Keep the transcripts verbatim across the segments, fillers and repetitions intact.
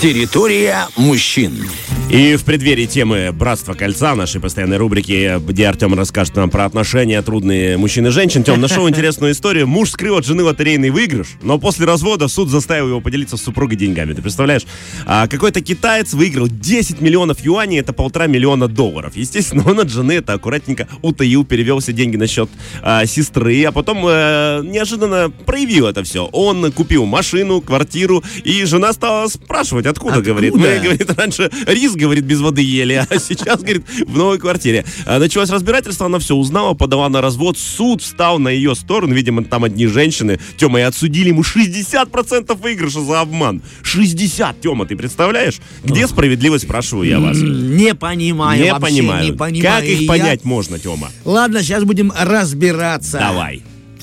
Территория мужчин. И в преддверии темы «Братство кольца», нашей постоянной рубрики, где Артем расскажет нам про отношения трудные мужчин и женщин. Тем, нашел интересную историю. Муж скрыл от жены лотерейный выигрыш, но после развода суд заставил его поделиться с супругой деньгами. Ты представляешь? А какой-то китаец выиграл десять миллионов юаней, это полтора миллиона долларов. Естественно, он от жены это аккуратненько утаил, перевел все деньги на счет а, сестры, а потом а, неожиданно проявил это все. Он купил машину, квартиру, и жена стала спрашивать, откуда, откуда? говорит. Мы, говорит, раньше рис, говорит, без воды ели, а сейчас, говорит, в новой квартире. А, началось разбирательство, она все узнала, подала на развод, суд встал на ее сторону, видимо, там одни женщины. Тема, и отсудили ему шестьдесят процентов выигрыша за обман. шестьдесят, Тема, ты представляешь? Где справедливость, спрашиваю я вас? Не понимаю, не вообще понимаю. не понимаю. Как их я... понять можно, Тема? Ладно, сейчас будем разбираться. Давай.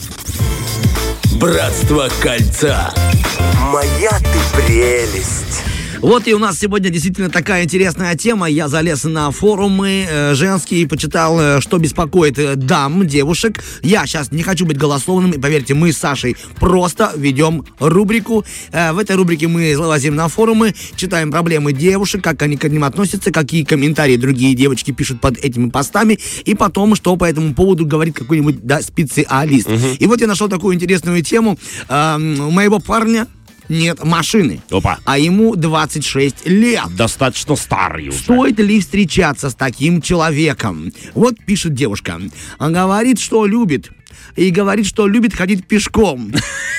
Братство кольца. Моя ты прелесть. Вот и у нас сегодня действительно такая интересная тема. Я залез на форумы э, женские и почитал, э, что беспокоит э, дам, девушек. Я сейчас не хочу быть голословным, и поверьте, мы с Сашей просто ведем рубрику. Э, в этой рубрике мы залазим на форумы, читаем проблемы девушек, как они к ним относятся, какие комментарии другие девочки пишут под этими постами, и потом, что по этому поводу говорит какой-нибудь да, специалист. Угу. И вот я нашел такую интересную тему. Э, у моего парня нет машины. Опа. А ему двадцать шесть лет. Достаточно старый уже. Стоит ли встречаться с таким человеком? Вот пишет девушка. Он говорит, что любит. И говорит, что любит ходить пешком.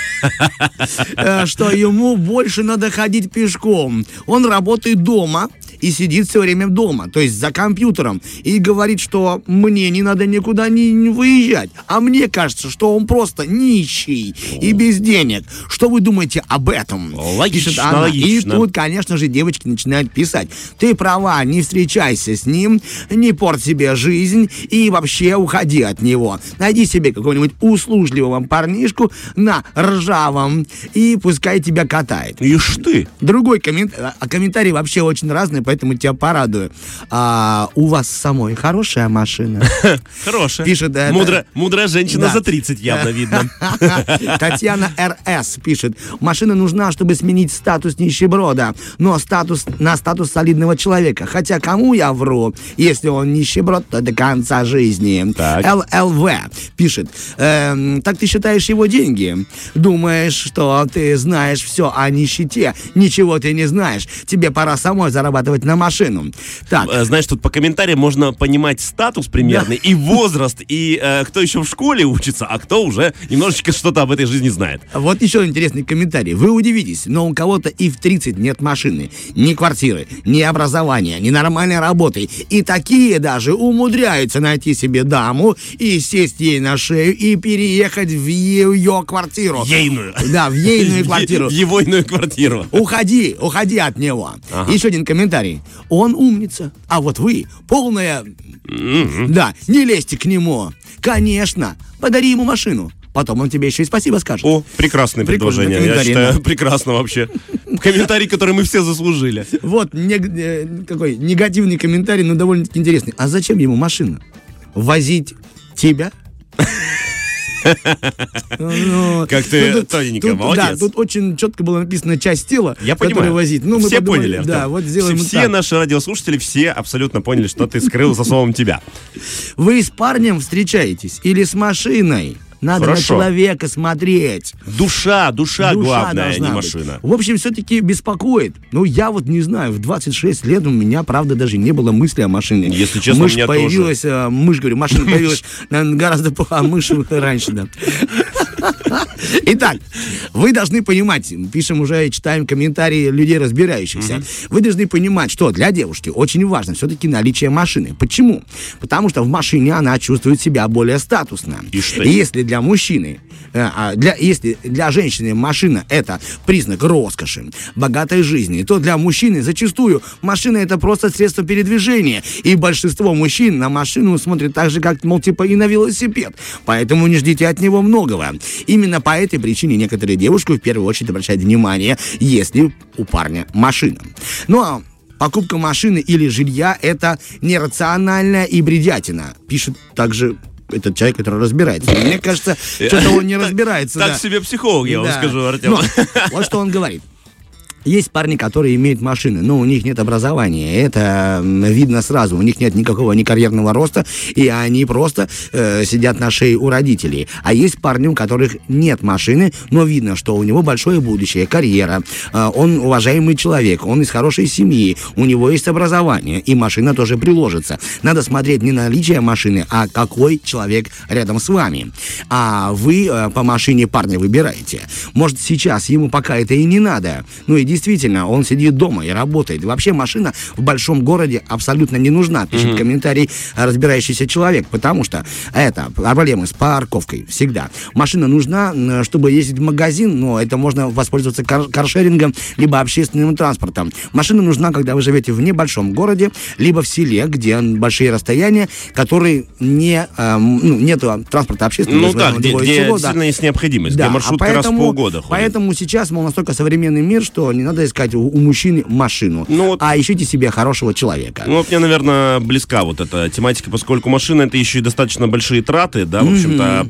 Что ему больше надо ходить пешком. Он работает дома и сидит все время дома, то есть за компьютером, и говорит, что мне не надо никуда не выезжать, а мне кажется, что он просто нищий и без денег. Что вы думаете об этом? Логично, логично. И тут, конечно же, девочки начинают писать: ты права, не встречайся с ним, не порт себе жизнь и вообще уходи от него. Найди себе какого-нибудь услужливого парнишку на ржавом и пускай тебя катает. Ишь ты. Другой комментарий, а комментарии вообще очень разные, поэтому тебя порадую. А, у вас самой хорошая машина? Хорошая. Пишет, Мудро, мудрая женщина, да. За тридцать явно видно. Татьяна РС пишет: машина нужна, чтобы сменить статус нищеброда, но статус на статус солидного человека. Хотя кому я вру? Если он нищеброд, то до конца жизни. Так. ЛЛВ пишет: эм, так ты считаешь его деньги? Думаешь, что ты знаешь все о нищете? Ничего ты не знаешь. Тебе пора самой зарабатывать на машину. Так. Знаешь, тут по комментариям можно понимать статус примерный, да. И возраст, и э, кто еще в школе учится, а кто уже немножечко что-то об этой жизни знает. Вот еще интересный комментарий. Вы удивитесь, но у кого-то и в тридцать нет машины, ни квартиры, ни образования, ни нормальной работы. И такие даже умудряются найти себе даму и сесть ей на шею и переехать в ее квартиру. Ейную. Да, в ейную квартиру. В егойную квартиру. Уходи, уходи от него. Ага. Еще один комментарий. Он умница, а вот вы полная... Mm-hmm. Да, не лезьте к нему. Конечно, подари ему машину. Потом он тебе еще и спасибо скажет. О, прекрасное предложение. Я считаю, прекрасно вообще. Комментарий, который мы все заслужили. Вот, не, э, какой негативный комментарий, но довольно-таки интересный. А зачем ему машина? Возить тебя? Ну, как ты ну, тоненько, тут, молодец. Да, тут очень четко была написана часть тела, я понимаю. Возить. Ну, все подумали, поняли, Артем. Да, вот сделаем все так. Наши радиослушатели, все абсолютно поняли, что ты скрыл за словом тебя. Вы с парнем встречаетесь или с машиной? Надо Хорошо. На человека смотреть. Душа, душа, душа главное, а не машина. Быть. В общем, все-таки беспокоит. Ну, я вот не знаю, в двадцать шесть лет у меня, правда, даже не было мысли о машине. Если честно, мышь у меня появилась, тоже. Мышь, говорю, машина появилась гораздо позже, а мышь раньше, да. Итак, вы должны понимать, пишем уже и читаем комментарии людей, разбирающихся. Mm-hmm. Вы должны понимать, что для девушки очень важно все-таки наличие машины. Почему? Потому что в машине она чувствует себя более статусно. И что? И если для мужчины, для, если для женщины машина это признак роскоши, богатой жизни, то для мужчины зачастую машина это просто средство передвижения. И большинство мужчин на машину смотрят так же, как, мол, типа и на велосипед. Поэтому не ждите от него многого. Именно по этой причине некоторые девушки в первую очередь обращают внимание, если у парня машина. Ну а покупка машины или жилья – это нерациональная и бредятина, пишет также этот человек, который разбирается. Мне кажется, что-то он не разбирается. Так себе психолог, я вам скажу, Артем. Вот что он говорит. Есть парни, которые имеют машины, но у них нет образования. Это видно сразу. У них нет никакого ни карьерного роста, и они просто э, сидят на шее у родителей. А есть парни, у которых нет машины, но видно, что у него большое будущее, карьера. Э, он уважаемый человек, он из хорошей семьи, у него есть образование, и машина тоже приложится. Надо смотреть не на наличие машины, а какой человек рядом с вами. А вы э, по машине парня выбираете. Может, сейчас ему пока это и не надо. Ну и действительно, он сидит дома и работает. Вообще машина в большом городе абсолютно не нужна, пишет mm-hmm. комментарий разбирающийся человек, потому что это проблемы с парковкой всегда. Машина нужна, чтобы ездить в магазин, но это можно воспользоваться кар- каршерингом, либо общественным транспортом. Машина нужна, когда вы живете в небольшом городе, либо в селе, где большие расстояния, которые не, э, ну, нету транспорта общественного. Ну да, где, где село, действительно да. есть необходимость, Да, где маршрутка а поэтому, раз в полгода ходит. Поэтому сейчас, мол, настолько современный мир, что не надо искать у, у мужчины машину, ну, вот, а ищите себе хорошего человека. Ну вот мне, наверное, близка вот эта тематика, поскольку машина — это еще и достаточно большие траты, да, в общем-то,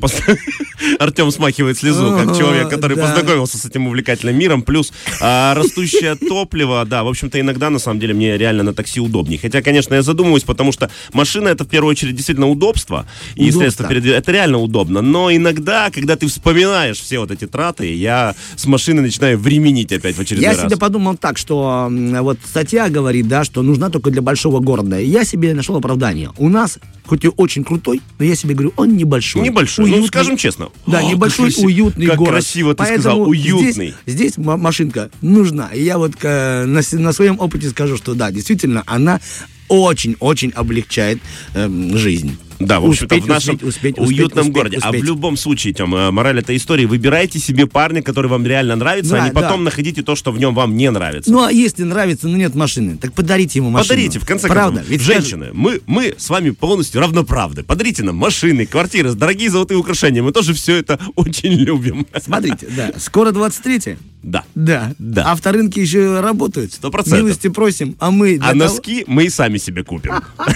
Артем смахивает слезу, как человек, который познакомился с этим увлекательным миром, плюс растущее топливо, да, в общем-то, иногда, на самом деле, мне реально на такси удобнее. Хотя, конечно, я задумываюсь, потому что машина — это в первую очередь действительно удобство, и средство передвижения, это реально удобно, но иногда, когда ты вспоминаешь все вот эти траты, я с машины начинаю временить опять в очередной раз. Я себе подумал так, что вот статья говорит, да, что нужна только для большого города. Я себе нашел оправдание. У нас, хоть и очень крутой, но я себе говорю, он небольшой. Небольшой, уютный, ну скажем честно. Да, О, небольшой, как уютный как город. Как красиво ты Поэтому сказал, уютный. Здесь, здесь машинка нужна. И я вот э, на, на своем опыте скажу, что да, действительно, она очень-очень облегчает э, жизнь. Да, в общем-то, в нашем успеть, успеть, уютном успеть, городе. успеть. А в любом случае, Тём, мораль этой истории: выбирайте себе парня, который вам реально нравится, Да, а не потом да. находите то, что в нем вам не нравится. Ну, а если нравится, но нет машины, так подарите ему машину. Подарите, в конце Правда, концов. ведь Женщины, мы, мы с вами полностью равноправны. Подарите нам машины, квартиры, дорогие золотые украшения. Мы тоже все это очень любим. Смотрите, да, скоро двадцать третье. Да. Да. Да. Авторынки еще работают. Сто процентов. Милости просим, а мы... А носки мы и сами себе купим.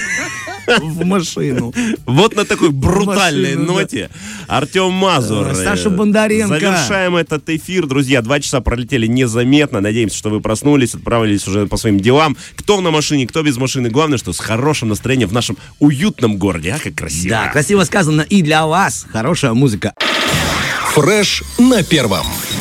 В машину. Вот на такой брутальной машину, ноте Артем Мазур. Саша Бондаренко. Завершаем этот эфир, друзья. Два часа пролетели незаметно. Надеемся, что вы проснулись, отправились уже по своим делам. Кто на машине, кто без машины. Главное, что с хорошим настроением в нашем уютном городе. А, как красиво. Да, красиво сказано. И для вас хорошая музыка. Фреш на первом.